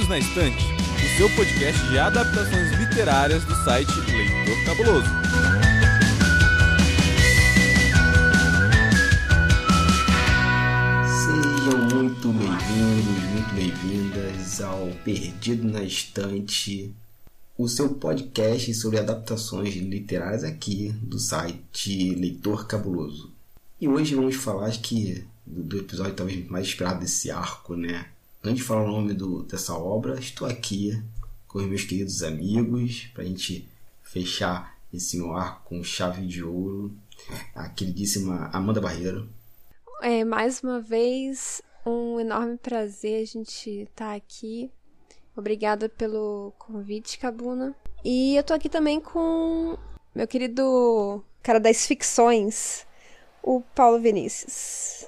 Perdidos na Estante, o seu podcast de adaptações literárias do site Leitor Cabuloso. Sejam muito bem-vindos, muito bem-vindas ao Perdido na Estante, o seu podcast sobre adaptações literárias aqui do site Leitor Cabuloso. E hoje vamos falar, acho que, do episódio talvez mais esperado desse arco, né? Antes de falar o nome dessa obra, estou aqui com os meus queridos amigos para a gente fechar esse meu arco com chave de ouro, a queridíssima Amanda Barreiro. Mais uma vez, um enorme prazer a gente estar aqui. Obrigada pelo convite, Cabuna. E eu tô aqui também com meu querido cara das ficções, o Paulo Vinícius.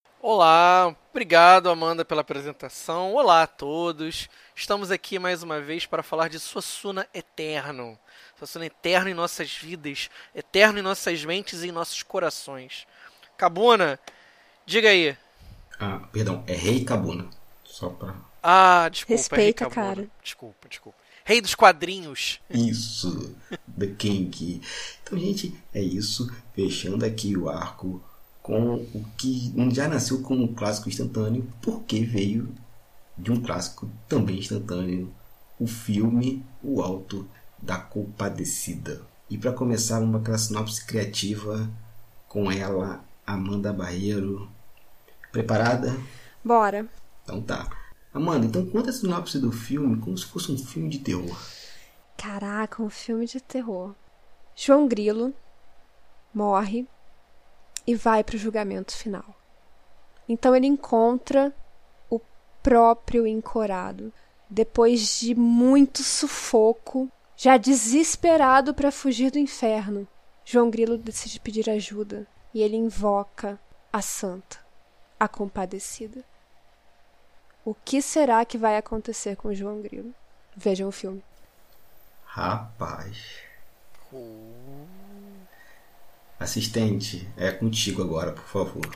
Olá, obrigado Amanda pela apresentação. Olá a todos. Estamos aqui mais uma vez para falar de Suassuna Eterno. Suassuna Eterno em nossas vidas, eterno em nossas mentes e em nossos corações. Cabuna, diga aí. Perdão, é Rei Cabuna. Só pra... Desculpa. Respeita, é Rei Cabuna. cara. Desculpa. Rei dos quadrinhos. Isso, The King. Então, gente, é isso. Fechando aqui o arco com o que já nasceu como um clássico instantâneo, porque veio de um clássico também instantâneo, o filme O Alto da Compadecida. E para começar, uma sinopse criativa com ela, Amanda Barreiro. Preparada? Bora. Então tá. Amanda, então conta a sinopse do filme como se fosse um filme de terror. Caraca, um filme de terror. João Grilo morre e vai para o julgamento final. Então ele encontra o próprio encorado. Depois de muito sufoco, já desesperado para fugir do inferno, João Grilo decide pedir ajuda e ele invoca a santa, a compadecida. O que será que vai acontecer com João Grilo? Vejam o filme. Rapaz. Assistente, é contigo agora, por favor.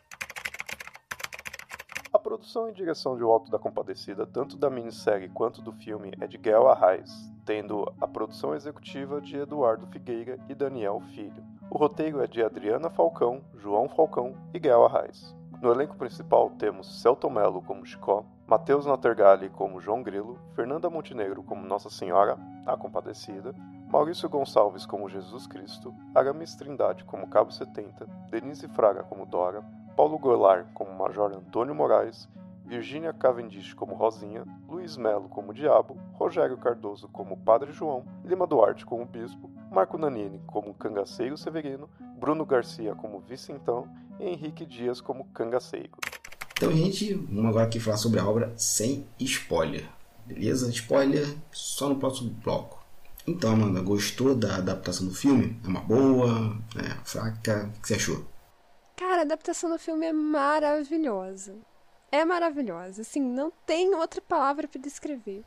A produção e direção de O Alto da Compadecida, tanto da minissérie quanto do filme, é de Gael Arraes, tendo a produção executiva de Eduardo Figueira e Daniel Filho. O roteiro é de Adriana Falcão, João Falcão e Gael Arraes. No elenco principal temos Celton Mello como Chicó, Matheus Nattergalli como João Grilo, Fernanda Montenegro como Nossa Senhora, a Compadecida, Maurício Gonçalves como Jesus Cristo, Aramis Trindade como Cabo 70, Denise Fraga como Dora, Paulo Goulart como Major Antônio Moraes, Virgínia Cavendish como Rosinha, Luiz Melo como Diabo, Rogério Cardoso como Padre João, Lima Duarte como Bispo, Marco Nanini como Cangaceiro Severino, Bruno Garcia como Vicentão e Henrique Dias como Cangaceiro. Então, gente, vamos agora aqui falar sobre a obra sem spoiler. Beleza? Spoiler só no próximo bloco. Então, Amanda, gostou da adaptação do filme? É uma boa? É fraca? O que você achou? Cara, a adaptação do filme é maravilhosa. É maravilhosa. Assim, não tem outra palavra para descrever.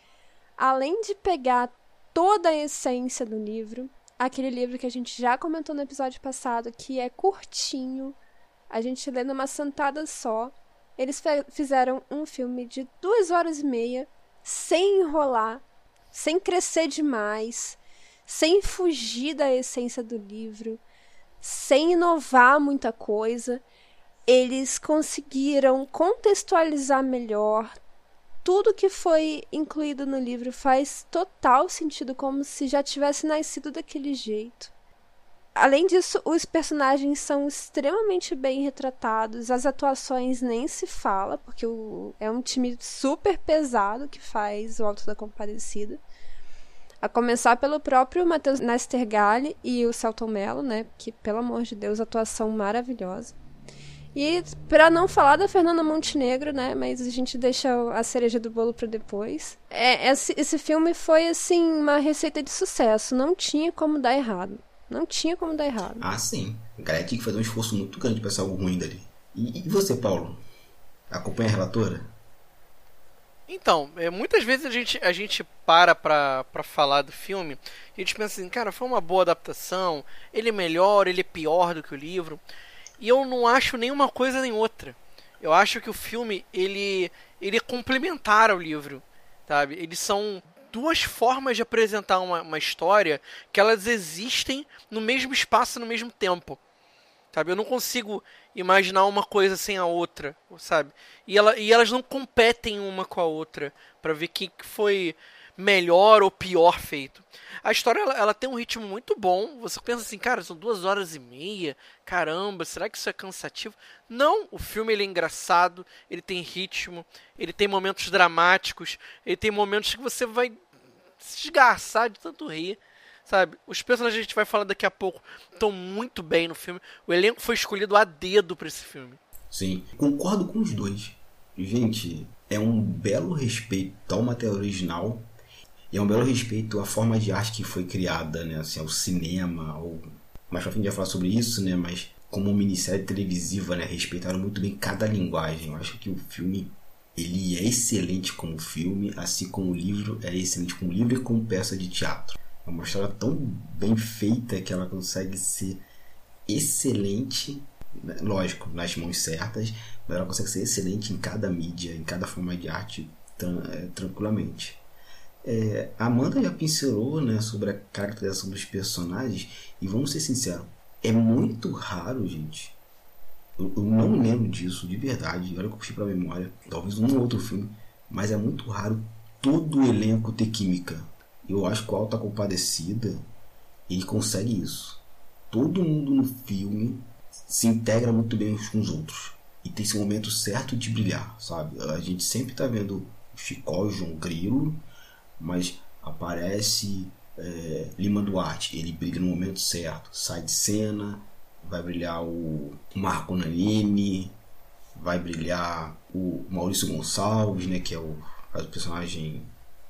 Além de pegar toda a essência do livro, aquele livro que a gente já comentou no episódio passado, que é curtinho, a gente lê numa sentada só. Eles fizeram um filme de 2h30, sem enrolar, sem crescer demais, sem fugir da essência do livro, sem inovar muita coisa. Eles conseguiram contextualizar melhor. Tudo que foi incluído no livro faz total sentido, como se já tivesse nascido daquele jeito. Além disso, os personagens são extremamente bem retratados, as atuações nem se fala, porque é um time super pesado que faz O Alto da Compadecida. A começar pelo próprio Matheus Nattergalli e o Celton Mello, né? Que, pelo amor de Deus, atuação maravilhosa. E para não falar da Fernanda Montenegro, né? Mas a gente deixa a cereja do bolo para depois. Esse filme foi, assim, uma receita de sucesso. Não tinha como dar errado. Não tinha como dar errado. Ah, sim. A galera tinha que fazer um esforço muito grande para ser algo ruim dali. E você, Paulo? Acompanha a relatora? Então, muitas vezes a gente para pra falar do filme e a gente pensa assim, cara, foi uma boa adaptação, ele é melhor, ele é pior do que o livro. E eu não acho nenhuma coisa nem outra. Eu acho que o filme, ele é complementar ao livro. sabe? Eles são duas formas de apresentar uma história que elas existem no mesmo espaço, no mesmo tempo, sabe? Eu não consigo imaginar uma coisa sem a outra, sabe? E elas não competem uma com a outra pra ver quem que foi melhor ou pior feito. A história ela tem um ritmo muito bom. Você pensa assim, cara, são 2 horas e meia. Caramba, será que isso é cansativo? Não, o filme ele é engraçado, ele tem ritmo, ele tem momentos dramáticos, ele tem momentos que você vai se esgarçar de tanto rir, sabe? Os personagens que a gente vai falar daqui a pouco estão muito bem no filme. O elenco foi escolhido a dedo para esse filme. Sim, concordo com os dois. Gente, é um belo respeito ao material original. E é um belo respeito à forma de arte que foi criada, né? Assim, ao cinema, mais pra frente a gente vai falar sobre isso, né? Mas como minissérie televisiva, né? Respeitaram muito bem cada linguagem. Eu acho que o filme, ele é excelente como filme, assim como o livro é excelente como livro e como peça de teatro. É uma história tão bem feita que ela consegue ser excelente, né? Lógico, nas mãos certas, mas ela consegue ser excelente em cada mídia, em cada forma de arte, tranquilamente. A Amanda já pincelou, né, sobre a caracterização dos personagens e vamos ser sinceros, é muito raro, gente. Eu não lembro disso de verdade, olha que eu puxei pra memória, talvez um ou outro filme, mas é muito raro todo o elenco ter química. Eu acho que o Auto da Compadecida ele consegue isso. Todo mundo no filme se integra muito bem uns com os outros e tem esse momento certo de brilhar, sabe? A gente sempre tá vendo o Chicó e o João Grilo, mas aparece Lima Duarte, ele brilha no momento certo, sai de cena, vai brilhar o Marco Nanini, vai brilhar o Maurício Gonçalves, né, que faz o personagem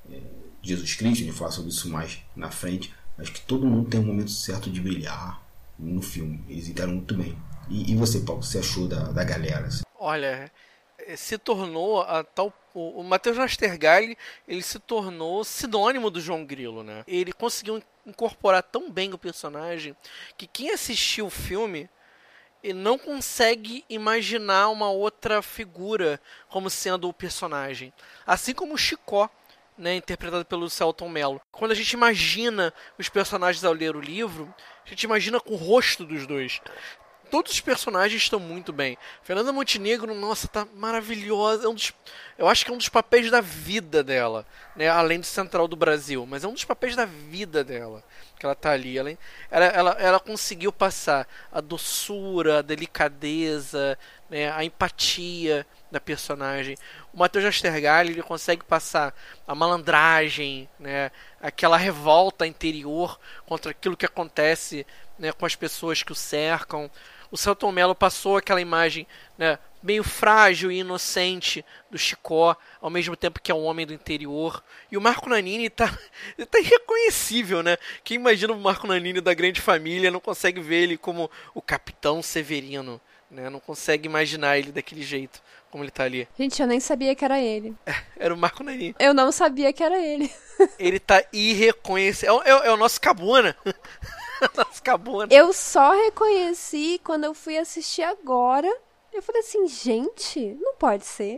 de Jesus Cristo, a gente fala sobre isso mais na frente. Acho que todo mundo tem um momento certo de brilhar no filme, eles integram muito bem. E você, Paulo, o que você achou da galera? Assim? Olha, se tornou a tal... O Matheus Nastergalli, ele se tornou sinônimo do João Grilo, né? Ele conseguiu incorporar tão bem o personagem que quem assistiu o filme ele não consegue imaginar uma outra figura como sendo o personagem. Assim como o Chicó, né, interpretado pelo Selton Mello. Quando a gente imagina os personagens ao ler o livro, a gente imagina com o rosto dos dois. Todos os personagens estão muito bem. Fernanda Montenegro, nossa, tá maravilhosa. Eu acho que é um dos papéis da vida dela, né? Além do Central do Brasil, mas é um dos papéis da vida dela que ela tá ali. Ela conseguiu passar a doçura, a delicadeza, né? A empatia da personagem. O Matheus Nastergalli, ele consegue passar a malandragem, né? Aquela revolta interior contra aquilo que acontece, né? Com as pessoas que o cercam. O Selton Mello passou aquela imagem, né, meio frágil e inocente do Chicó, ao mesmo tempo que é um homem do interior. E o Marco Nanini tá irreconhecível, né? Quem imagina o Marco Nanini da Grande Família não consegue ver ele como o Capitão Severino, né? Não consegue imaginar ele daquele jeito, como ele tá ali. Gente, eu nem sabia que era ele. Era o Marco Nanini. Eu não sabia que era ele. Ele tá irreconhecível. É o nosso Cabuna. Eu só reconheci quando eu fui assistir agora. Eu falei assim, gente, não pode ser.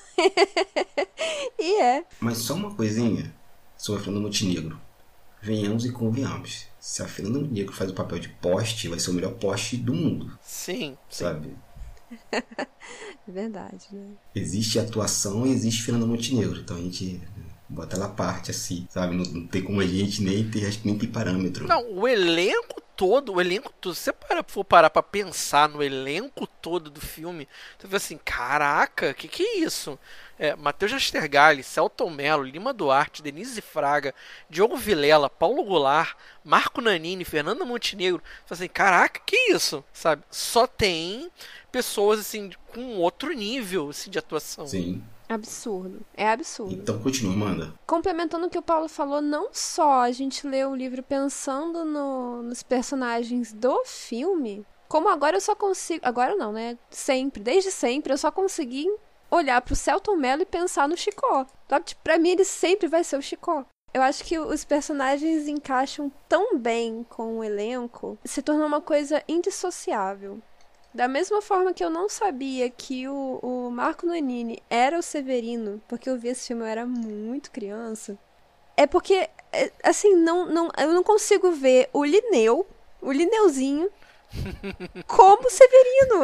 E é. Mas só uma coisinha sobre a Fernanda Montenegro. Venhamos e convenhamos. Se a Fernanda Montenegro faz o papel de poste, vai ser o melhor poste do mundo. Sim. Sabe? É verdade, né? Existe atuação e existe Fernanda Montenegro. Então a gente bota ela à parte, assim, sabe? Não tem como a gente acho que nem tem parâmetro. Não, o elenco todo, se você for parar pra pensar no elenco todo do filme, você vê assim, caraca, que é isso? Matheus Nastergalli, Selton Mello, Lima Duarte, Denise Fraga, Diogo Vilela, Paulo Goulart, Marco Nanini, Fernanda Montenegro, você fala assim, caraca, que é isso? Sabe? Só tem pessoas assim com outro nível assim, de atuação. Sim. Absurdo. É absurdo. Então continua, Amanda. Complementando o que o Paulo falou, não só a gente lê o livro pensando nos personagens do filme, como agora eu só consigo... Agora não, né? Sempre, desde sempre, eu só consegui olhar pro Selton Mello e pensar no Chicó. Pra mim, ele sempre vai ser o Chicó. Eu acho que os personagens encaixam tão bem com o elenco, se tornou uma coisa indissociável. Da mesma forma que eu não sabia que o Marco Nanini era o Severino, porque eu vi esse filme, eu era muito criança, é porque, assim, eu não consigo ver o Lineuzinho, como Severino.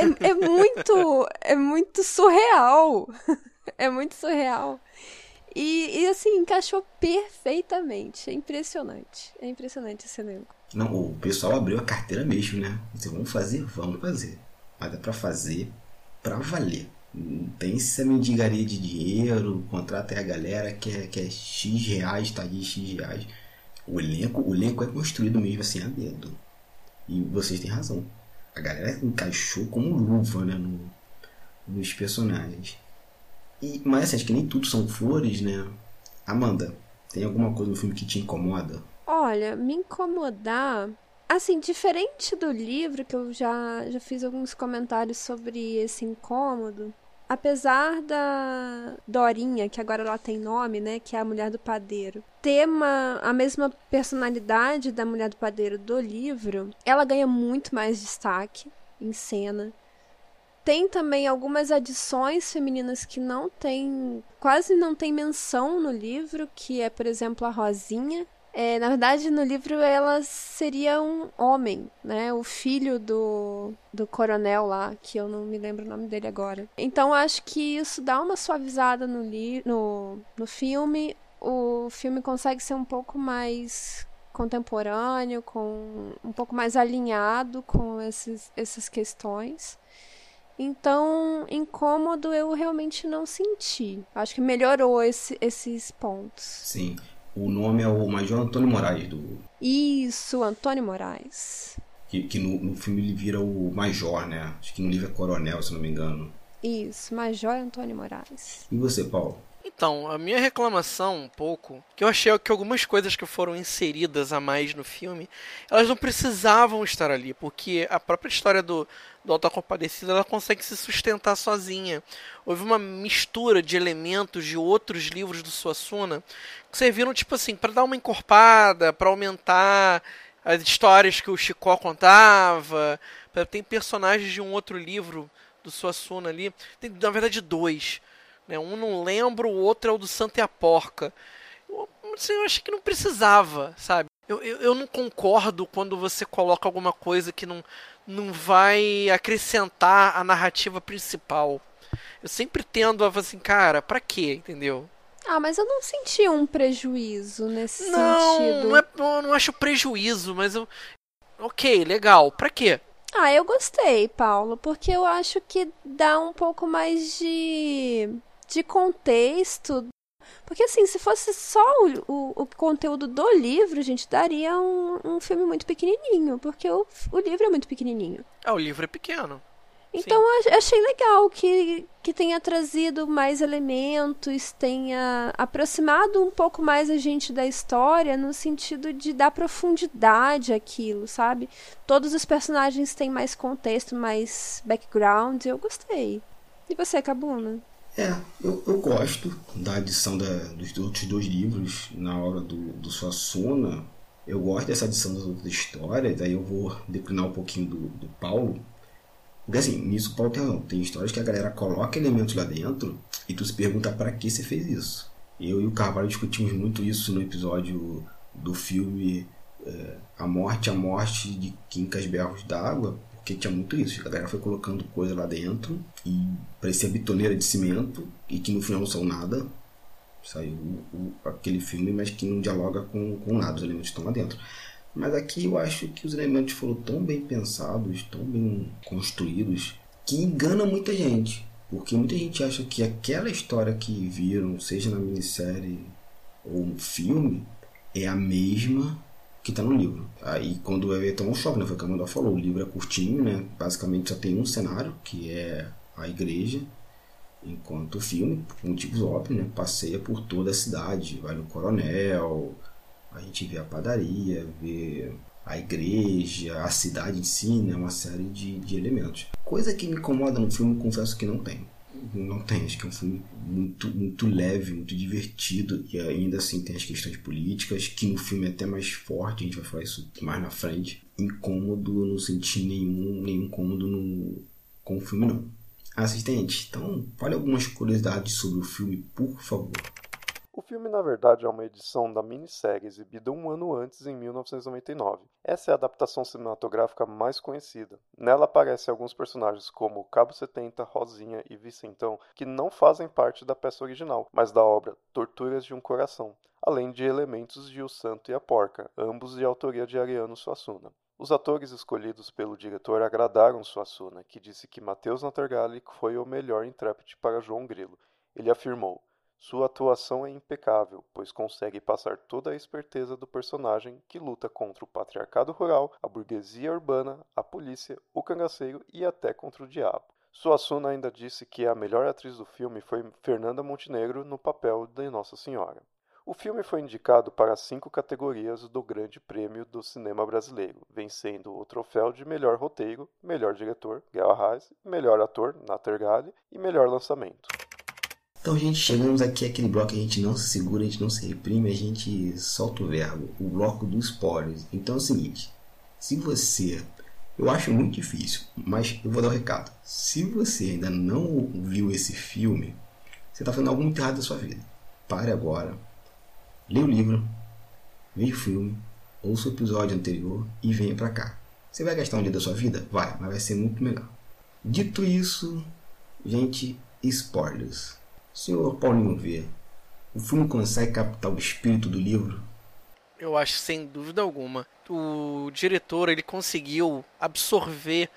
É muito surreal. É muito surreal. E assim, encaixou perfeitamente. É impressionante esse elenco. Não, o pessoal abriu a carteira mesmo, né? Disse, vamos fazer. Mas é pra fazer pra valer. Não tem essa mendigaria de dinheiro, contrata aí a galera que é X reais, tá ali X reais. O elenco é construído mesmo assim a dedo. E vocês têm razão. A galera encaixou como luva, né, nos personagens. Mas assim, acho que nem tudo são flores, né? Amanda, tem alguma coisa no filme que te incomoda? Olha, me incomodar... Assim, diferente do livro, que eu já fiz alguns comentários sobre esse incômodo, apesar da Dorinha, que agora ela tem nome, né, que é a mulher do padeiro, ter a mesma personalidade da mulher do padeiro do livro, ela ganha muito mais destaque em cena. Tem também algumas adições femininas que quase não tem menção no livro, que é, por exemplo, a Rosinha. Na verdade, no livro ela seria um homem, né? O filho do coronel lá, que eu não me lembro o nome dele agora. Então, acho que isso dá uma suavizada no filme. O filme consegue ser um pouco mais contemporâneo, um pouco mais alinhado com essas questões. Então, incômodo eu realmente não senti. Acho que melhorou esses pontos. Sim. O nome é o Major Antônio Moraes. Isso, Antônio Moraes. Que no filme ele vira o Major, né? Acho que no livro é Coronel, se não me engano. Isso, Major Antônio Moraes. E você, Paulo? Então, a minha reclamação um pouco, que eu achei que algumas coisas que foram inseridas a mais no filme, elas não precisavam estar ali, porque a própria história do Auto da Compadecida, ela consegue se sustentar sozinha. Houve uma mistura de elementos de outros livros do Suassuna que serviram, tipo assim, para dar uma encorpada, para aumentar as histórias que o Chicó contava. Tem personagens de um outro livro do Suassuna ali, tem na verdade dois. Um não lembro, o outro é o do Santa e a Porca. Eu achei que não precisava, sabe? Eu não concordo quando você coloca alguma coisa que não vai acrescentar a narrativa principal. Eu sempre tendo a falar assim, cara, pra quê, entendeu? Mas eu não senti um prejuízo nesse sentido. Eu não acho prejuízo, mas ok, legal, pra quê? Eu gostei, Paulo, porque eu acho que dá um pouco mais de contexto. Porque assim, se fosse só o conteúdo do livro, gente, daria um filme muito pequenininho, porque o livro é muito pequenininho. O livro é pequeno. Então eu achei legal que tenha trazido mais elementos, tenha aproximado um pouco mais a gente da história, no sentido de dar profundidade àquilo, sabe? Todos os personagens têm mais contexto, mais background, eu gostei. E você, Cabuna? Eu gosto da adição dos outros dois livros na obra do Suassuna. Eu gosto dessa adição das outras histórias. Aí eu vou declinar um pouquinho do Paulo. Porque assim, nisso o Paulo tem razão. Tem histórias que a galera coloca elementos lá dentro e tu se pergunta pra que você fez isso. Eu e o Carvalho discutimos muito isso no episódio do filme A Morte de Quincas Berros d'Água. Porque tinha muito isso, a galera foi colocando coisa lá dentro e parecia bitoneira de cimento e que no final não saiu nada. Saiu aquele filme, mas que não dialoga com nada, os elementos estão lá dentro. Mas aqui eu acho que os elementos foram tão bem pensados, tão bem construídos, que engana muita gente. Porque muita gente acha que aquela história que viram, seja na minissérie ou no filme, é a mesma que está no livro. Aí quando vai ver, toma um choque, né? Foi o que a Amanda falou, o livro é curtinho, né? Basicamente só tem um cenário, que é a igreja, enquanto o filme, por motivos óbvios, né? Passeia por toda a cidade, vai no Coronel, a gente vê a padaria, vê a igreja, a cidade em si, né? Uma série de elementos. Coisa que me incomoda no filme, confesso que não tem. Não tem, acho que é um filme muito, muito leve, muito divertido, e ainda assim tem as questões políticas, que no filme é até mais forte, a gente vai falar isso mais na frente. incômodo, não senti nenhum incômodo com o filme, não. Assistente, então fale algumas curiosidades sobre o filme, por favor. O filme, na verdade, é uma edição da minissérie exibida um ano antes, em 1999. Essa é a adaptação cinematográfica mais conhecida. Nela aparecem alguns personagens como Cabo 70, Rosinha e Vicentão, que não fazem parte da peça original, mas da obra Torturas de um Coração, além de elementos de O Santo e a Porca, ambos de autoria de Ariano Suassuna. Os atores escolhidos pelo diretor agradaram Suassuna, que disse que Matheus Nattergalli foi o melhor intérprete para João Grilo. Ele afirmou: "Sua atuação é impecável, pois consegue passar toda a esperteza do personagem que luta contra o patriarcado rural, a burguesia urbana, a polícia, o cangaceiro e até contra o diabo." Suassuna ainda disse que a melhor atriz do filme foi Fernanda Montenegro no papel de Nossa Senhora. O filme foi indicado para 5 categorias do Grande Prêmio do Cinema Brasileiro, vencendo o troféu de melhor roteiro, melhor diretor, Guel Arraes, melhor ator, Nattergalli, e melhor lançamento. Então, gente, chegamos aqui àquele bloco que a gente não se segura, a gente não se reprime, a gente solta o verbo, o bloco dos spoilers. Então é o seguinte, se você... Eu acho muito difícil, mas eu vou dar o recado. Se você ainda não viu esse filme, você está fazendo algo muito errado da sua vida. Pare agora, leia o livro, veja o filme, ouça o episódio anterior e venha pra cá. Você vai gastar um dia da sua vida? Vai, mas vai ser muito melhor. Dito isso, gente, spoilers. Senhor Paulinho V, o filme consegue captar o espírito do livro? Eu acho, sem dúvida alguma. O diretor, ele conseguiu absorver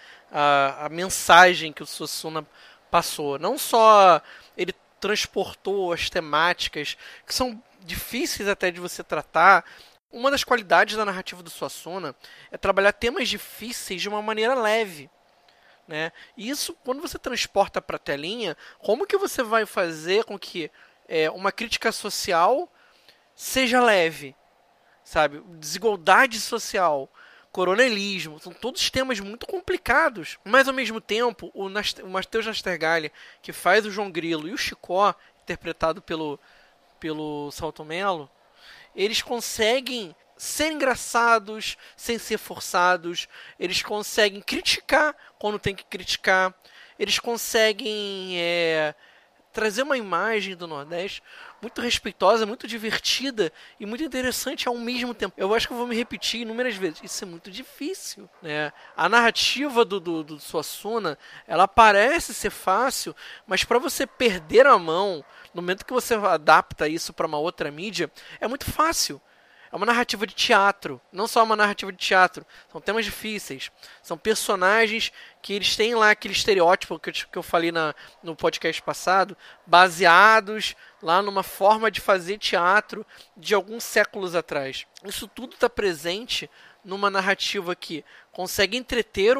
a mensagem que o Suassuna passou. Não só ele transportou as temáticas, que são difíceis até de você tratar. Uma das qualidades da narrativa do Suassuna é trabalhar temas difíceis de uma maneira leve, né? E isso, quando você transporta para a telinha, como que você vai fazer com que uma crítica social seja leve, sabe? Desigualdade social, coronelismo, são todos temas muito complicados, mas ao mesmo tempo o Matheus Nattergalli, que faz o João Grilo, e o Chicó, interpretado pelo Selton Mello, eles conseguem ser engraçados sem ser forçados, eles conseguem criticar quando tem que criticar, eles conseguem trazer uma imagem do Nordeste muito respeitosa, muito divertida e muito interessante ao mesmo tempo. Eu acho que eu vou me repetir inúmeras vezes. Isso é muito difícil, né? A narrativa do Suassuna, ela parece ser fácil, mas para você perder a mão no momento que você adapta isso para uma outra mídia, é muito fácil. É uma narrativa de teatro, não só uma narrativa de teatro, são temas difíceis, são personagens que eles têm lá aquele estereótipo que eu falei no podcast passado, baseados lá numa forma de fazer teatro de alguns séculos atrás. Isso tudo está presente numa narrativa que consegue entreter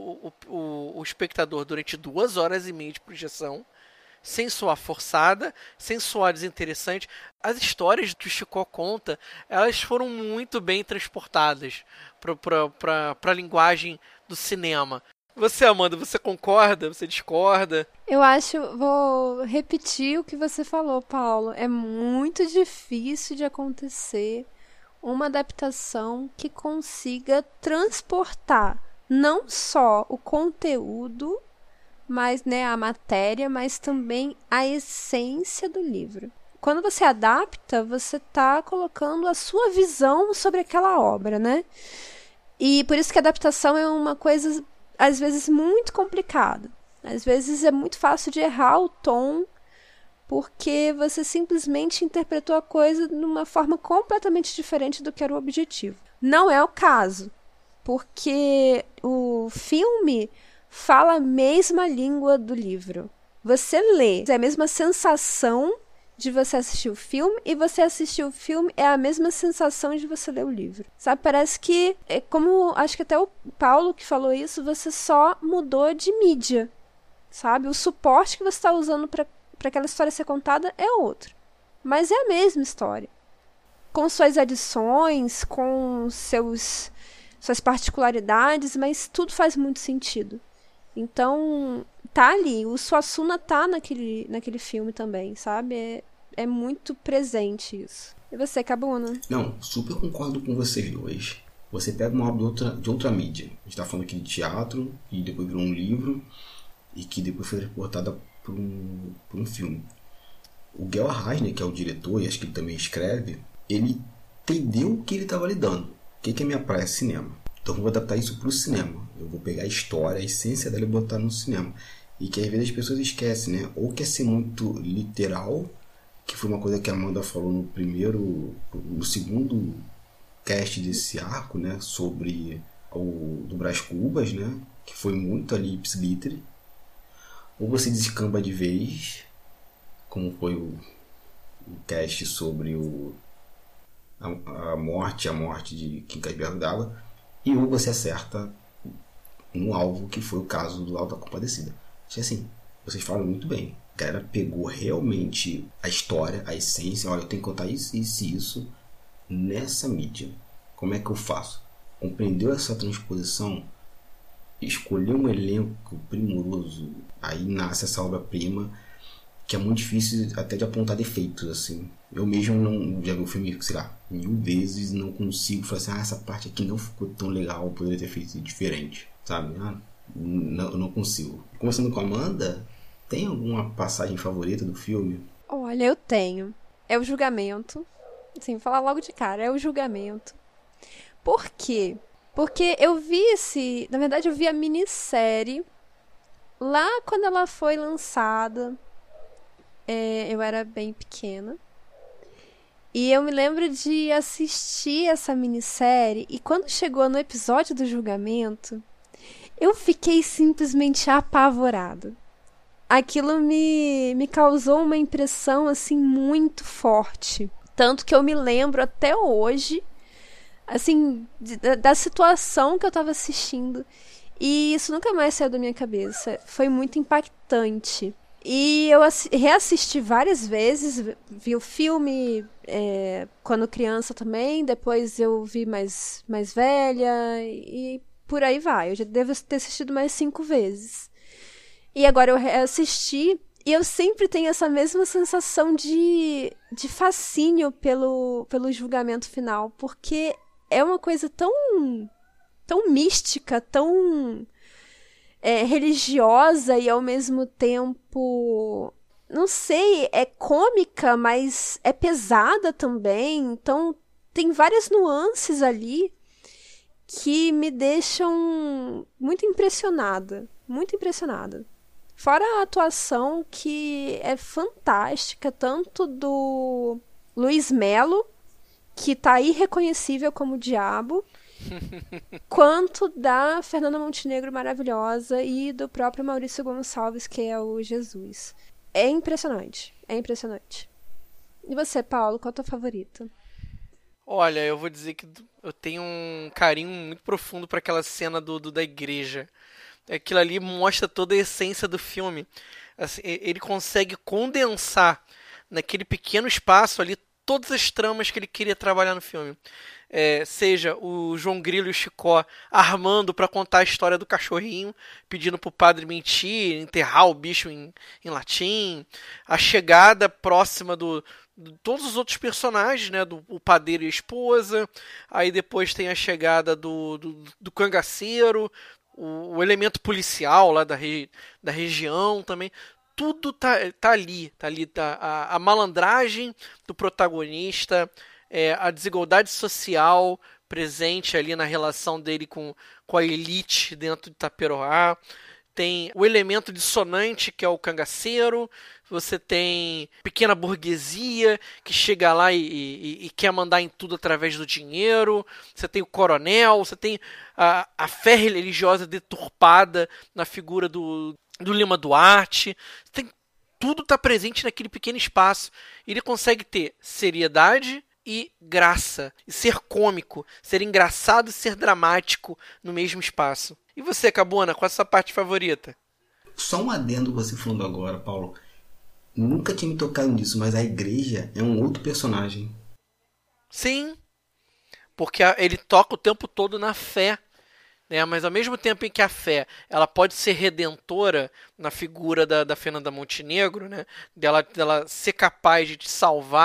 o espectador durante 2 horas e meia de projeção, sem soar forçada, sem soar desinteressante. As histórias que o Chicó conta, elas foram muito bem transportadas para a linguagem do cinema. Você, Amanda, você concorda? Você discorda? Eu acho, vou repetir o que você falou, Paulo. É muito difícil de acontecer uma adaptação que consiga transportar não só o conteúdo, mas, a matéria, mas também a essência do livro. Quando você adapta, você está colocando a sua visão sobre aquela obra, né? E por isso que a adaptação é uma coisa, às vezes, muito complicada. Às vezes é muito fácil de errar o tom, porque você simplesmente interpretou a coisa de uma forma completamente diferente do que era o objetivo. Não é o caso, porque o filme fala a mesma língua do livro. Você lê, é a mesma sensação de você assistir o filme, e você assistir o filme é a mesma sensação de você ler o livro. Sabe, parece que, como acho que até o Paulo que falou isso, você só mudou de mídia, sabe? O suporte que você está usando para aquela história ser contada é outro. Mas é a mesma história. Com suas adições, com suas particularidades, mas tudo faz muito sentido. Então, tá ali. O Suassuna tá naquele filme também, sabe? É muito presente isso. E você, Cabuna? Não, super concordo com vocês dois. Você pega uma obra de outra mídia. A gente está falando aqui de teatro, e depois virou um livro, e que depois foi transportada por um filme. O Guel Arras, que é o diretor, e acho que ele também escreve, ele entendeu o que ele estava lidando. O que é minha praia? Cinema. Então eu vou adaptar isso para o cinema. Eu vou pegar a história, a essência dela e botar no cinema. E que às vezes as pessoas esquecem, né? Ou quer ser muito literal, que foi uma coisa que a Amanda falou no segundo cast desse arco, né? Sobre o do Brás Cubas, né? Que foi muito ali ipsis-literis. Ou você descamba de vez, como foi o cast sobre a morte de Kim Casbergo d'Água, e ou você acerta no alvo, que foi o caso do Auto da Compadecida. Assim, vocês falam muito bem. A galera pegou realmente a história, a essência. Olha, eu tenho que contar isso e isso nessa mídia. Como é que eu faço? Compreendeu essa transposição? Escolheu um elenco primoroso. Aí nasce essa obra-prima, que é muito difícil até de apontar defeitos, assim. Eu mesmo não já vi o filme, sei lá, 1000 vezes, não consigo falar assim, essa parte aqui não ficou tão legal, eu poderia ter feito diferente, sabe? Eu não consigo. Conversando com a Amanda, tem alguma passagem favorita do filme? Olha, eu tenho. É o julgamento. Assim, vou falar logo de cara, é o julgamento. Por quê? Porque eu vi na verdade eu vi a minissérie lá quando ela foi lançada. Eu era bem pequena. E eu me lembro de assistir essa minissérie, e quando chegou no episódio do julgamento, eu fiquei simplesmente apavorada. Aquilo me causou uma impressão assim muito forte. Tanto que eu me lembro até hoje, assim, da situação que eu estava assistindo. E isso nunca mais saiu da minha cabeça. Foi muito impactante. E eu reassisti várias vezes, vi o filme quando criança também, depois eu vi mais velha e por aí vai. Eu já devo ter assistido mais 5 vezes. E agora eu reassisti e eu sempre tenho essa mesma sensação de fascínio pelo julgamento final, porque é uma coisa tão mística, tão religiosa e ao mesmo tempo, não sei, é cômica, mas é pesada também. Então tem várias nuances ali que me deixam muito impressionada, muito impressionada. Fora a atuação que é fantástica, tanto do Luiz Melo, que tá irreconhecível como o diabo, quanto da Fernanda Montenegro maravilhosa e do próprio Maurício Gonçalves, que é o Jesus. É impressionante, é impressionante. E você, Paulo, qual é a tua favorita? Olha, eu vou dizer que eu tenho um carinho muito profundo para aquela cena da igreja. Aquilo ali mostra toda a essência do filme. Assim, ele consegue condensar naquele pequeno espaço ali todas as tramas que ele queria trabalhar no filme. Seja o João Grilo e o Chicó armando para contar a história do cachorrinho, pedindo pro padre mentir, enterrar o bicho em latim, a chegada próxima de todos os outros personagens, né, o padeiro e a esposa, aí depois tem a chegada do cangaceiro, o elemento policial lá da região também. Tudo tá ali. A malandragem do protagonista, a desigualdade social presente ali na relação dele com a elite dentro de Itaperoá. Tem o elemento dissonante, que é o cangaceiro. Você tem pequena burguesia, que chega lá e quer mandar em tudo através do dinheiro. Você tem o coronel, você tem a fé religiosa deturpada na figura do Lima Duarte. Tudo está presente naquele pequeno espaço. Ele consegue ter seriedade e graça, e ser cômico, ser engraçado e ser dramático no mesmo espaço. E você, Cabuna, qual é a sua parte favorita? Só um adendo você falando agora, Paulo. Nunca tinha me tocado nisso, mas a igreja é um outro personagem. Sim, porque ele toca o tempo todo na fé, né? Mas ao mesmo tempo em que a fé ela pode ser redentora na figura da Fernanda Montenegro, né? Dela ser capaz de te salvar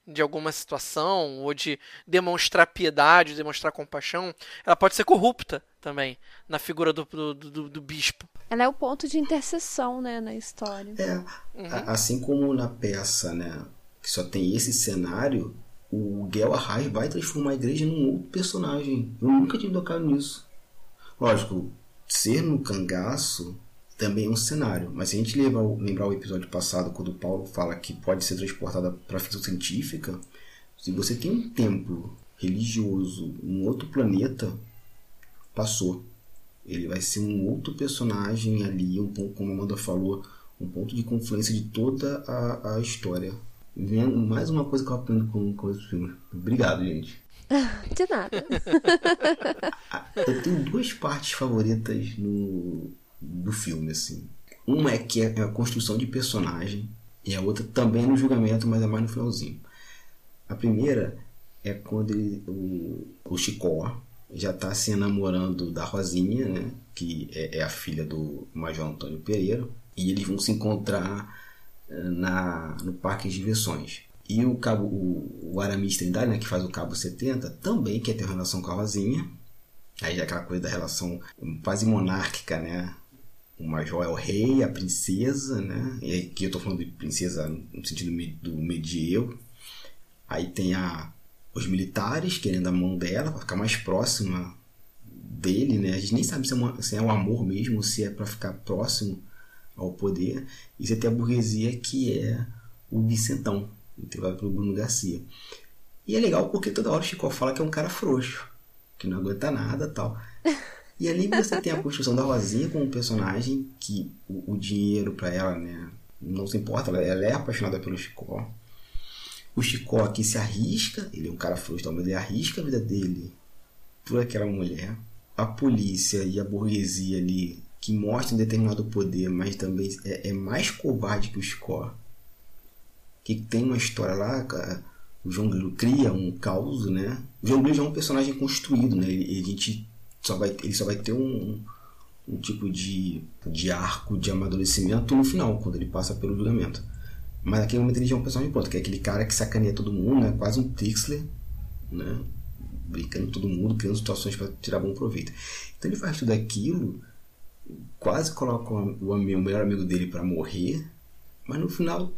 de alguma situação, ou de demonstrar piedade, demonstrar compaixão, ela pode ser corrupta também, na figura do bispo. Ela é o ponto de interseção, né, na história. Assim como na peça, né, que só tem esse cenário, o Miguel Arraes vai transformar a igreja num outro personagem. Eu nunca tinha tocado nisso. Lógico, ser no cangaço também é um cenário, mas se a gente lembrar o episódio passado, quando o Paulo fala que pode ser transportada para a ficção científica, se você tem um templo religioso em outro planeta, passou. Ele vai ser um outro personagem ali, como a Amanda falou, um ponto de confluência de toda a história. Vendo mais uma coisa que eu aprendo com esse filme. Obrigado, gente. De nada. Eu tenho duas partes favoritas do filme, assim. Uma é que é a construção de personagem, e a outra também é no julgamento, mas é mais no finalzinho. A primeira é quando o Chicó já está se namorando da Rosinha, né, que é a filha do Major Antônio Pereira, e eles vão se encontrar no parque de diversões. E o Aramis Trindade, né, que faz o Cabo 70, também quer ter uma relação com a Rosinha. Aí já aquela coisa da relação quase monárquica, né? O Major é o rei, a princesa, né? E aqui eu tô falando de princesa no sentido do medievo. Aí tem os militares querendo a mão dela para ficar mais próxima dele, né? A gente nem sabe se é um amor mesmo ou se é para ficar próximo ao poder. E você tem a burguesia, que é o Vicentão, interpretado pelo Bruno Garcia. E é legal porque toda hora o Chico fala que é um cara frouxo, que não aguenta nada e tal. E ali você tem a construção da Rosinha como um personagem que o dinheiro para ela, né, não se importa, ela é apaixonada pelo Chicó. O Chicó aqui se arrisca, ele é um cara frouxo, mas ele arrisca a vida dele por aquela mulher. A polícia e a burguesia ali, que mostra um determinado poder, mas também é mais covarde que o Chicó. Que tem uma história lá, cara, o João Grilo cria um caos, né? O João Grilo já é um personagem construído, né? Ele só vai ter um tipo de arco de amadurecimento no final, quando ele passa pelo julgamento. Mas naquele momento ele já é um personagem pronto, que é aquele cara que sacaneia todo mundo, né? Quase um Trixler, né? Brincando com todo mundo, criando situações para tirar bom proveito. Então ele faz tudo aquilo, quase coloca o melhor amigo dele para morrer, mas no final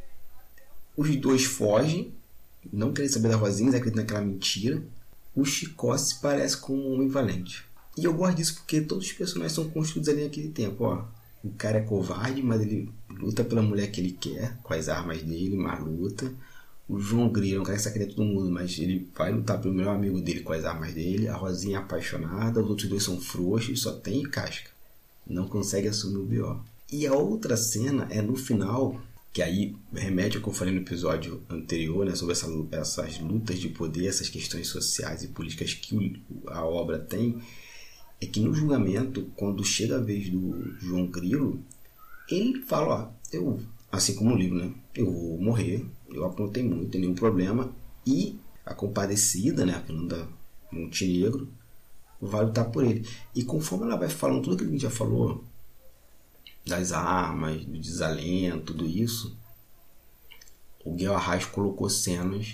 os dois fogem, não querem saber da Rosinha, acreditam naquela mentira. O Chicó se parece com um homem valente. E eu gosto disso porque todos os personagens são construídos ali naquele tempo. Ó, o cara é covarde, mas ele luta pela mulher que ele quer, com as armas dele, mas luta. O João Grilo é um cara que sacaneia todo mundo, mas ele vai lutar pelo melhor amigo dele com as armas dele. A Rosinha é apaixonada, os outros dois são frouxos, só tem casca. Não consegue assumir o B.O. E a outra cena é no final, que aí remete ao que eu falei no episódio anterior, né, sobre essas lutas de poder, essas questões sociais e políticas que a obra tem. É que no julgamento, quando chega a vez do João Grilo, ele fala, ó, assim como no livro, né, eu vou morrer, eu aprontei muito, não tem nenhum problema, e a compadecida, né, a Fernanda Montenegro, vai lutar por ele. E conforme ela vai falando tudo aquilo que a gente já falou, das armas, do desalento, tudo isso, o Miguel Arraes colocou cenas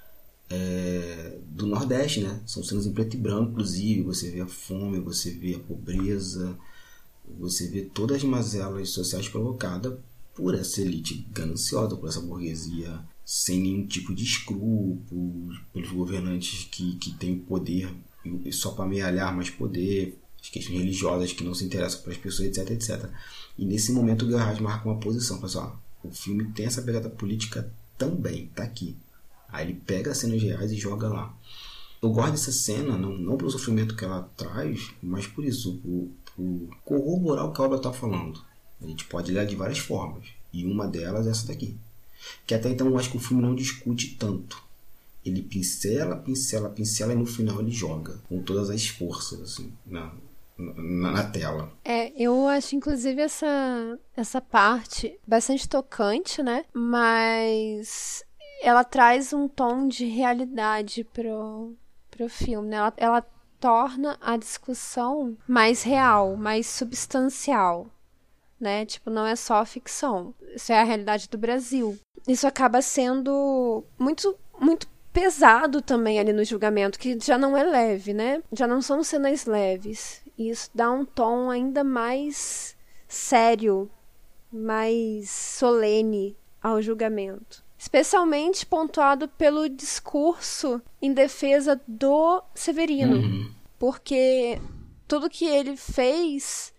do Nordeste, né? São cenas em preto e branco, inclusive. Você vê a fome, você vê a pobreza, você vê todas as mazelas sociais provocadas por essa elite gananciosa, por essa burguesia sem nenhum tipo de escrúpulos, pelos governantes que têm poder só para amealhar mais poder, as questões religiosas que não se interessam para as pessoas, etc, etc. E nesse momento o Miguel Arraes marca uma posição, pessoal. O filme tem essa pegada política também, tá aqui. Aí ele pega as cenas reais e joga lá. Eu gosto dessa cena, não pelo sofrimento que ela traz, mas por isso, por corroborar o que a obra está falando. A gente pode ler de várias formas, e uma delas é essa daqui. Que até então eu acho que o filme não discute tanto. Ele pincela, e no final ele joga com todas as forças, assim, na tela. Eu acho inclusive essa parte bastante tocante, né? Mas ela traz um tom de realidade pro filme, né? Ela torna a discussão mais real, mais substancial, né? Tipo, não é só ficção. Isso é a realidade do Brasil. Isso acaba sendo muito muito pesado também ali no julgamento, que já não é leve, né? Já não são cenas leves. E isso dá um tom ainda mais sério, mais solene ao julgamento. Especialmente pontuado pelo discurso em defesa do Severino. Porque tudo que ele fez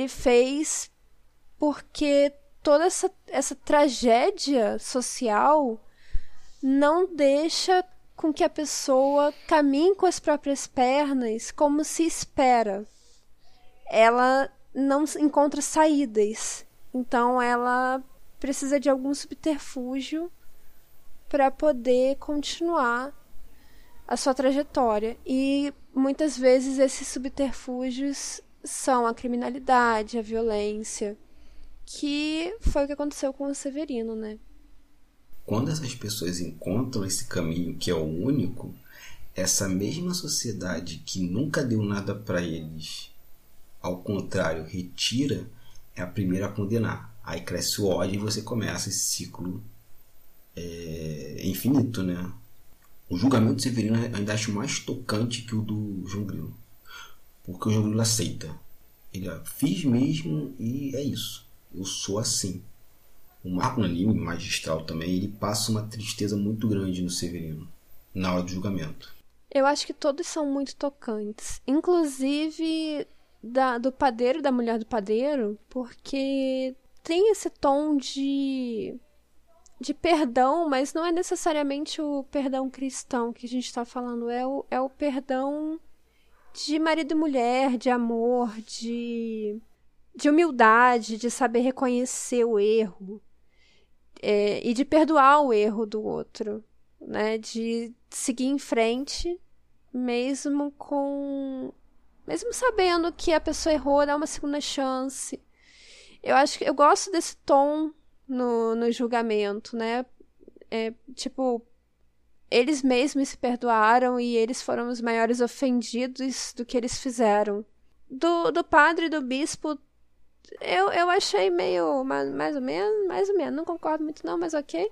porque toda essa tragédia social não deixa com que a pessoa caminhe com as próprias pernas como se espera. Ela não encontra saídas. Então ela precisa de algum subterfúgio para poder continuar a sua trajetória. E muitas vezes esses subterfúgios são a criminalidade, a violência, que foi o que aconteceu com o Severino, né? Quando essas pessoas encontram esse caminho que é o único, essa mesma sociedade que nunca deu nada para eles, ao contrário, retira, é a primeira a condenar. Aí cresce o ódio e você começa esse ciclo infinito, né? O julgamento do Severino eu ainda acho mais tocante que o do João Grilo. Porque o João Grilo aceita. Ele fiz mesmo e é isso. Eu sou assim. O Marco Nanini, magistral também, ele passa uma tristeza muito grande no Severino, na hora do julgamento. Eu acho que todos são muito tocantes. Inclusive do padeiro, da mulher do padeiro, porque tem esse tom de perdão, mas não é necessariamente o perdão cristão que a gente está falando. É o perdão de marido e mulher, de amor, de humildade, de saber reconhecer o erro. E de perdoar o erro do outro, né? De seguir em frente, mesmo sabendo que a pessoa errou, dar uma segunda chance. Eu gosto desse tom no julgamento, né? Eles mesmos se perdoaram e eles foram os maiores ofendidos do que eles fizeram. Do padre e do bispo, eu achei meio mais ou menos, não concordo muito não, mas ok.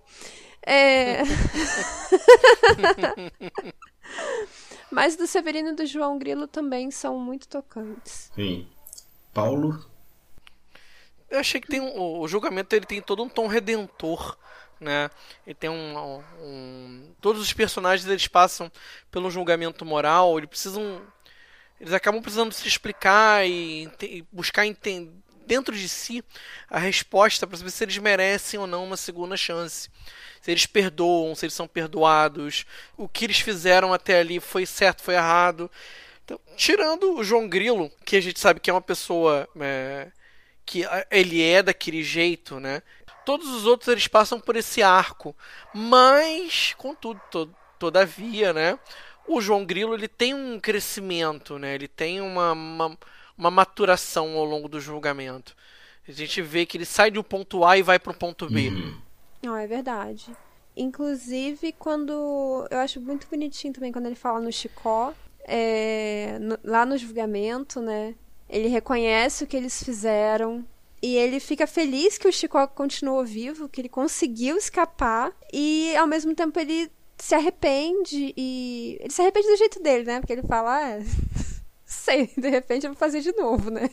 Mas do Severino e do João Grilo também são muito tocantes. Sim. Paulo? Eu achei que o julgamento ele tem todo um tom redentor, né? Ele tem todos os personagens eles passam pelo julgamento moral, eles acabam precisando se explicar e buscar entender dentro de si a resposta para saber se eles merecem ou não uma segunda chance. Se eles perdoam, se eles são perdoados, o que eles fizeram até ali foi certo, foi errado. Então, tirando o João Grilo, que a gente sabe que é uma pessoa que ele é daquele jeito, né? Todos os outros eles passam por esse arco, mas contudo, todavia, né? O João Grilo ele tem um crescimento, né? Ele tem uma maturação ao longo do julgamento. A gente vê que ele sai de um ponto A e vai para o ponto B. Não, é verdade. Inclusive, eu acho muito bonitinho também quando ele fala no Chicó, lá no julgamento, né? Ele reconhece o que eles fizeram e ele fica feliz que o Chicó continuou vivo, que ele conseguiu escapar e, ao mesmo tempo, ele se arrepende e... Ele se arrepende do jeito dele, né? Porque ele fala, sei, de repente eu vou fazer de novo, né?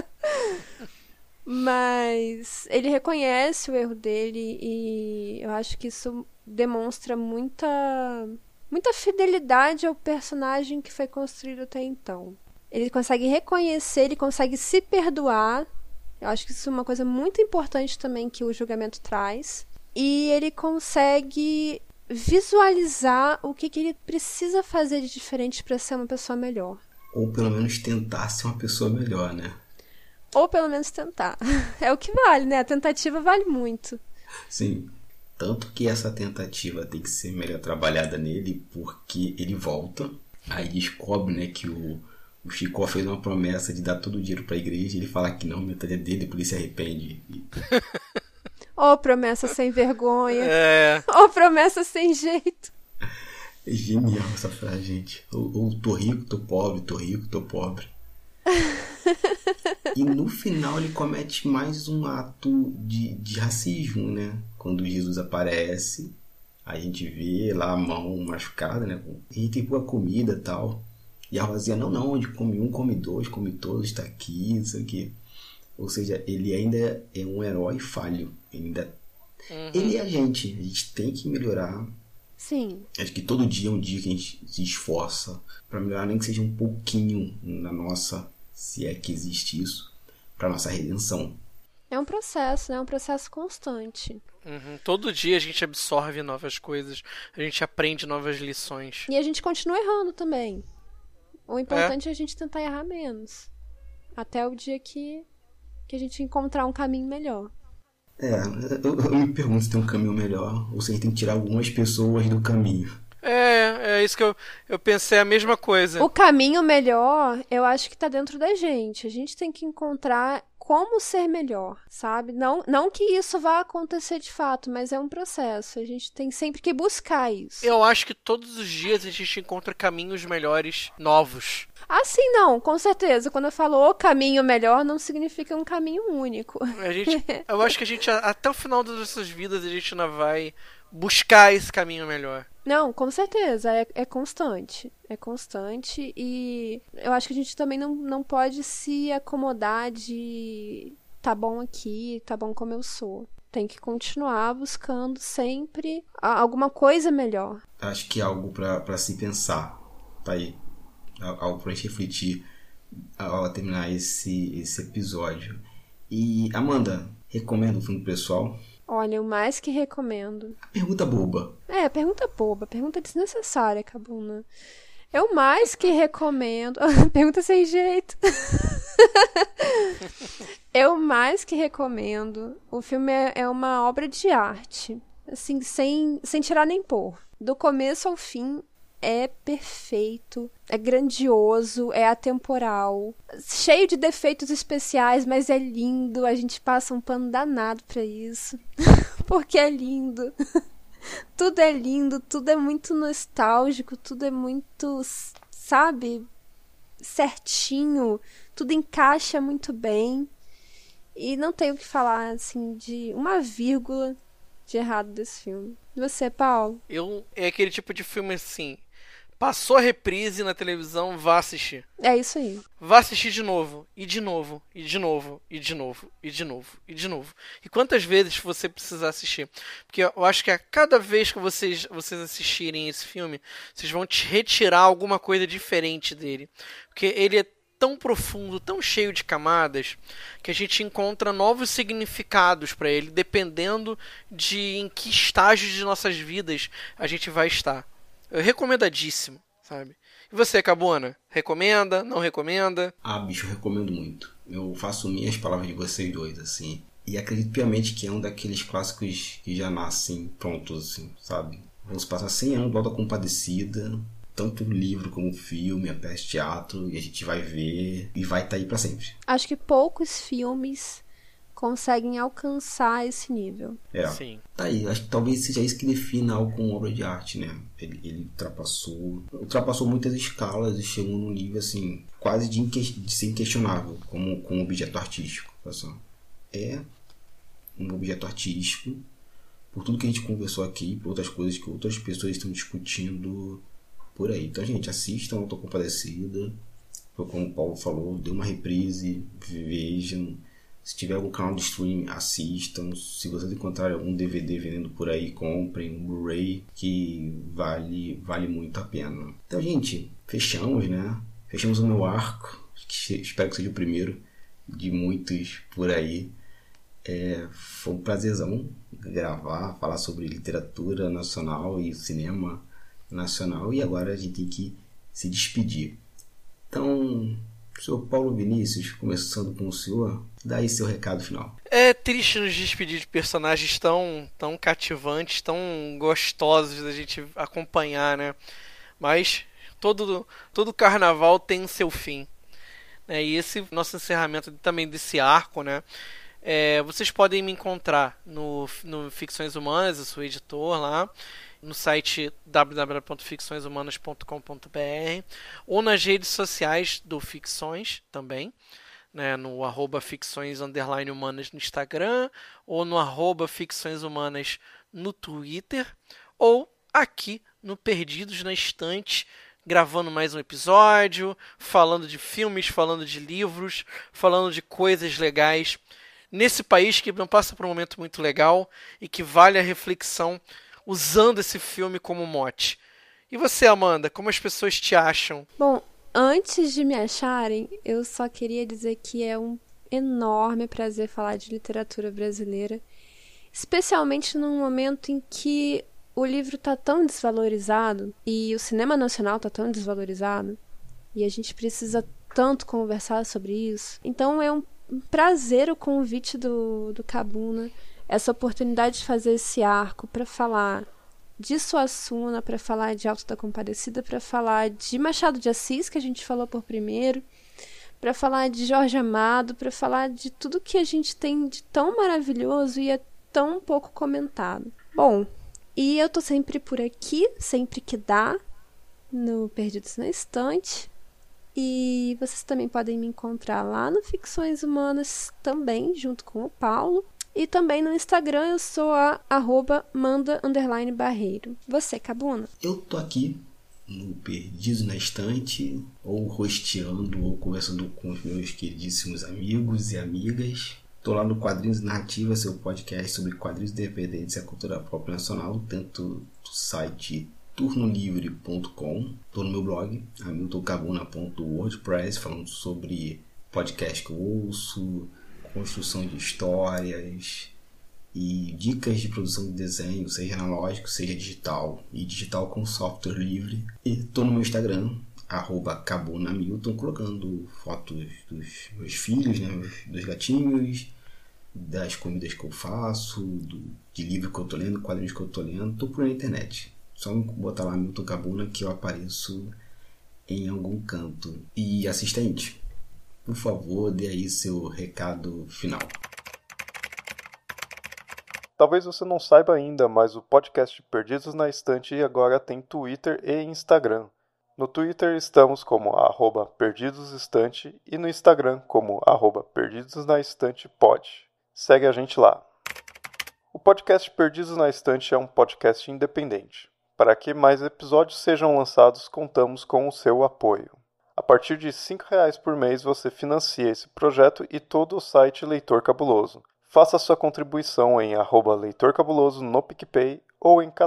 Mas ele reconhece o erro dele e eu acho que isso demonstra muita fidelidade ao personagem que foi construído até então. Ele consegue reconhecer, ele consegue se perdoar. Eu acho que isso é uma coisa muito importante também que o julgamento traz. E ele consegue visualizar o que ele precisa fazer de diferente para ser uma pessoa melhor. Ou pelo menos tentar ser uma pessoa melhor, né? Ou pelo menos tentar. É o que vale, né? A tentativa vale muito. Sim. Tanto que essa tentativa tem que ser melhor trabalhada nele, porque ele volta, aí descobre, né, que o Chicó fez uma promessa de dar todo o dinheiro pra igreja, ele fala que não, metade é dele, depois ele se arrepende. Promessa sem vergonha. Promessa sem jeito. É genial essa frase, gente. Ou tô rico, tô pobre, tô rico, tô pobre. E no final ele comete mais um ato de racismo, né? Quando Jesus aparece, A gente vê lá a mão machucada, né? A gente tem a comida e tal. E a Rosinha, não, a gente come um, come dois, come todos, tá aqui, isso aqui. Ou seja, ele ainda é um herói falho. Ele é a gente tem que melhorar. Sim. Acho que todo dia é um dia que a gente se esforça para melhorar, nem que seja um pouquinho na nossa, se é que existe isso, para nossa redenção. É um processo, né? É um processo constante. Todo dia a gente absorve novas coisas, a gente aprende novas lições. E a gente continua errando também. O importante é a gente tentar errar menos. Até o dia que a gente encontrar um caminho melhor. Eu me pergunto se tem um caminho melhor ou se a gente tem que tirar algumas pessoas do caminho. É isso que eu pensei a mesma coisa. O caminho melhor, eu acho que tá dentro da gente. A gente tem que encontrar como ser melhor, sabe? Não que isso vá acontecer de fato, mas é um processo. A gente tem sempre que buscar isso. Eu acho que todos os dias a gente encontra caminhos melhores, novos. Ah, sim, não, com certeza. Quando eu falo o caminho melhor, não significa um caminho único. Eu acho que a gente, até o final das nossas vidas, a gente ainda vai buscar esse caminho melhor. Não, com certeza, é constante. É constante e eu acho que a gente também não pode se acomodar de tá bom aqui, tá bom como eu sou. Tem que continuar buscando sempre alguma coisa melhor. Acho que é algo para se pensar, tá aí. Algo pra gente refletir ao terminar esse episódio. E, Amanda, recomenda o filme pro pessoal? Olha, eu mais que recomendo. Pergunta boba. Pergunta boba, pergunta desnecessária, Cabuna. Eu mais que recomendo. Pergunta sem jeito. Eu mais que recomendo. O filme é uma obra de arte. Assim, sem tirar nem pôr. Do começo ao fim, é perfeito, é grandioso, é atemporal, cheio de defeitos especiais, mas é lindo. A gente passa um pano danado pra isso, porque é lindo. Tudo é lindo, tudo é muito nostálgico, tudo é muito, sabe, certinho, tudo encaixa muito bem. E não tenho o que falar, assim, de uma vírgula de errado desse filme. E você, Paulo? É aquele tipo de filme assim, passou a reprise na televisão, vá assistir. É isso aí. Vá assistir de novo, e de novo, e de novo, e de novo, e de novo, e de novo. E quantas vezes você precisar assistir. Porque eu acho que a cada vez que vocês assistirem esse filme, vocês vão te retirar alguma coisa diferente dele. Porque ele é tão profundo, tão cheio de camadas, que a gente encontra novos significados para ele, dependendo de em que estágio de nossas vidas a gente vai estar. Recomendadíssimo, sabe? E você, Cabuna? Recomenda? Não recomenda? Bicho, eu recomendo muito. Eu faço minhas palavras de vocês dois, assim. E acredito piamente que é um daqueles clássicos que já nascem prontos, assim, sabe? Vamos passar 100 anos do Auto da Compadecida, tanto o livro como o filme, a peça de teatro, e a gente vai ver e vai estar aí pra sempre. Acho que poucos filmes conseguem alcançar esse nível. Sim. Tá aí, acho que talvez seja isso que defina algo como obra de arte, né? Ele ultrapassou muitas escalas e chegou num nível, assim, quase de ser inquestionável como objeto artístico. É um objeto artístico por tudo que a gente conversou aqui, por outras coisas que outras pessoas estão discutindo por aí. Então, gente, assistam Auto da Compadecida. Como o Paulo falou, dê uma reprise, vejam. Se tiver algum canal de streaming, assistam. Se vocês encontrarem algum DVD vendendo por aí, comprem um Blu-ray, que vale muito a pena. Então, gente, fechamos, né? Fechamos o meu arco. Espero que seja o primeiro de muitos por aí. Foi um prazerzão gravar, falar sobre literatura nacional e cinema nacional. E agora a gente tem que se despedir. Então, senhor Paulo Vinícius, começando com o senhor, dá aí seu recado final. É triste nos despedir de personagens tão cativantes, tão gostosos da gente acompanhar, né? Mas todo carnaval tem seu fim. E esse nosso encerramento também desse arco, né? Vocês podem me encontrar no Ficções Humanas, eu sou editor lá, no site www.ficçõeshumanas.com.br ou nas redes sociais do Ficções também, né, no @ficções_humanas no Instagram ou no @ficçõeshumanas no Twitter ou aqui no Perdidos na Estante, gravando mais um episódio, falando de filmes, falando de livros, falando de coisas legais nesse país que não passa por um momento muito legal e que vale a reflexão usando esse filme como mote. E você, Amanda, como as pessoas te acham? Bom, antes de me acharem, eu só queria dizer que é um enorme prazer falar de literatura brasileira, especialmente num momento em que o livro está tão desvalorizado e o cinema nacional está tão desvalorizado e a gente precisa tanto conversar sobre isso. Então é um prazer o convite do Cabuna, essa oportunidade de fazer esse arco para falar de Suassuna, para falar de Alto da Compadecida, para falar de Machado de Assis, que a gente falou por primeiro, para falar de Jorge Amado, para falar de tudo que a gente tem de tão maravilhoso e é tão pouco comentado. Bom, e eu tô sempre por aqui, sempre que dá, no Perdidos na Estante. E vocês também podem me encontrar lá no Ficções Humanas também, junto com o Paulo. E também no Instagram eu sou a @manda_barreiro. Você, Cabuna? Eu tô aqui no Perdidos na Estante, ou rosteando, ou conversando com os meus queridíssimos amigos e amigas. Tô lá no Quadrinhos e Narrativa, seu podcast sobre quadrinhos independentes e a cultura pop nacional, tanto do site turnolivre.com. Tô no meu blog, hamiltoncabuna.wordpress, falando sobre podcast que eu ouço, construção de histórias e dicas de produção de desenho, seja analógico, seja digital, e digital com software livre. E tô no meu Instagram, @cabunamilton, colocando fotos dos meus filhos, né, dos gatinhos, das comidas que eu faço, de livro que eu tô lendo, quadrinhos que eu tô lendo. Tô por na internet, só botar lá Milton Cabuna que eu apareço em algum canto. E assistente, por favor, dê aí seu recado final. Talvez você não saiba ainda, mas o podcast Perdidos na Estante agora tem Twitter e Instagram. No Twitter estamos como @perdidosestante e no Instagram como @perdidosnaestantepod. Segue a gente lá. O podcast Perdidos na Estante é um podcast independente. Para que mais episódios sejam lançados, contamos com o seu apoio. A partir de R$ 5 por mês você financia esse projeto e todo o site Leitor Cabuloso. Faça sua contribuição em @leitorcabuloso no PicPay ou em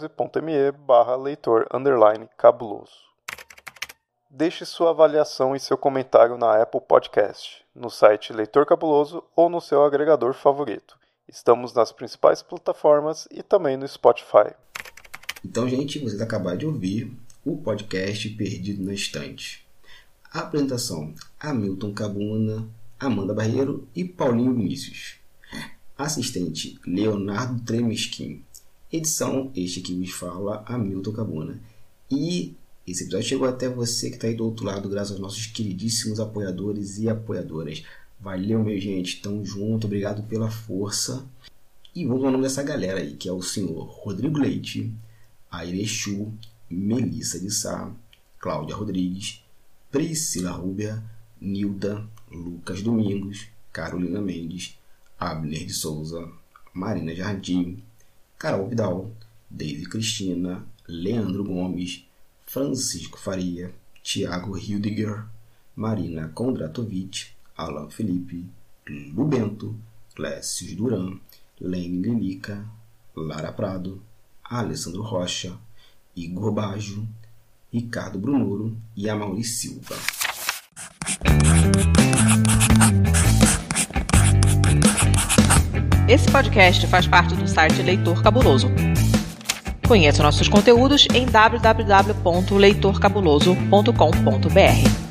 catarse.me/leitor_cabuloso. Deixe sua avaliação e seu comentário na Apple Podcast, no site Leitor Cabuloso ou no seu agregador favorito. Estamos nas principais plataformas e também no Spotify. Então, gente, vocês acabaram de ouvir o podcast Perdido na Estante. A apresentação: Hamilton Cabuna, Amanda Barreiro e Paulinho Vinícius. Assistente: Leonardo Tremesquim. Edição: este que vos fala, Hamilton Cabuna. E esse episódio chegou até você que está aí do outro lado, graças aos nossos queridíssimos apoiadores e apoiadoras. Valeu, meu gente, tamo junto, obrigado pela força. E vamos ao nome dessa galera aí, que é o senhor Rodrigo Leite, Airechu, Melissa de Sá, Cláudia Rodrigues, Priscila Rúbia, Nilda, Lucas Domingos, Carolina Mendes, Abner de Souza, Marina Jardim, Carol Vidal, Deise Cristina, Leandro Gomes, Francisco Faria, Tiago Hildiger, Marina Kondratovic, Alan Felipe, Lubento, Clécio Duran, Lene Lilica, Lara Prado, Alessandro Rocha, Igor Baggio, Ricardo Brunoro e Amaury Silva. Esse podcast faz parte do site Leitor Cabuloso. Conheça nossos conteúdos em www.leitorcabuloso.com.br.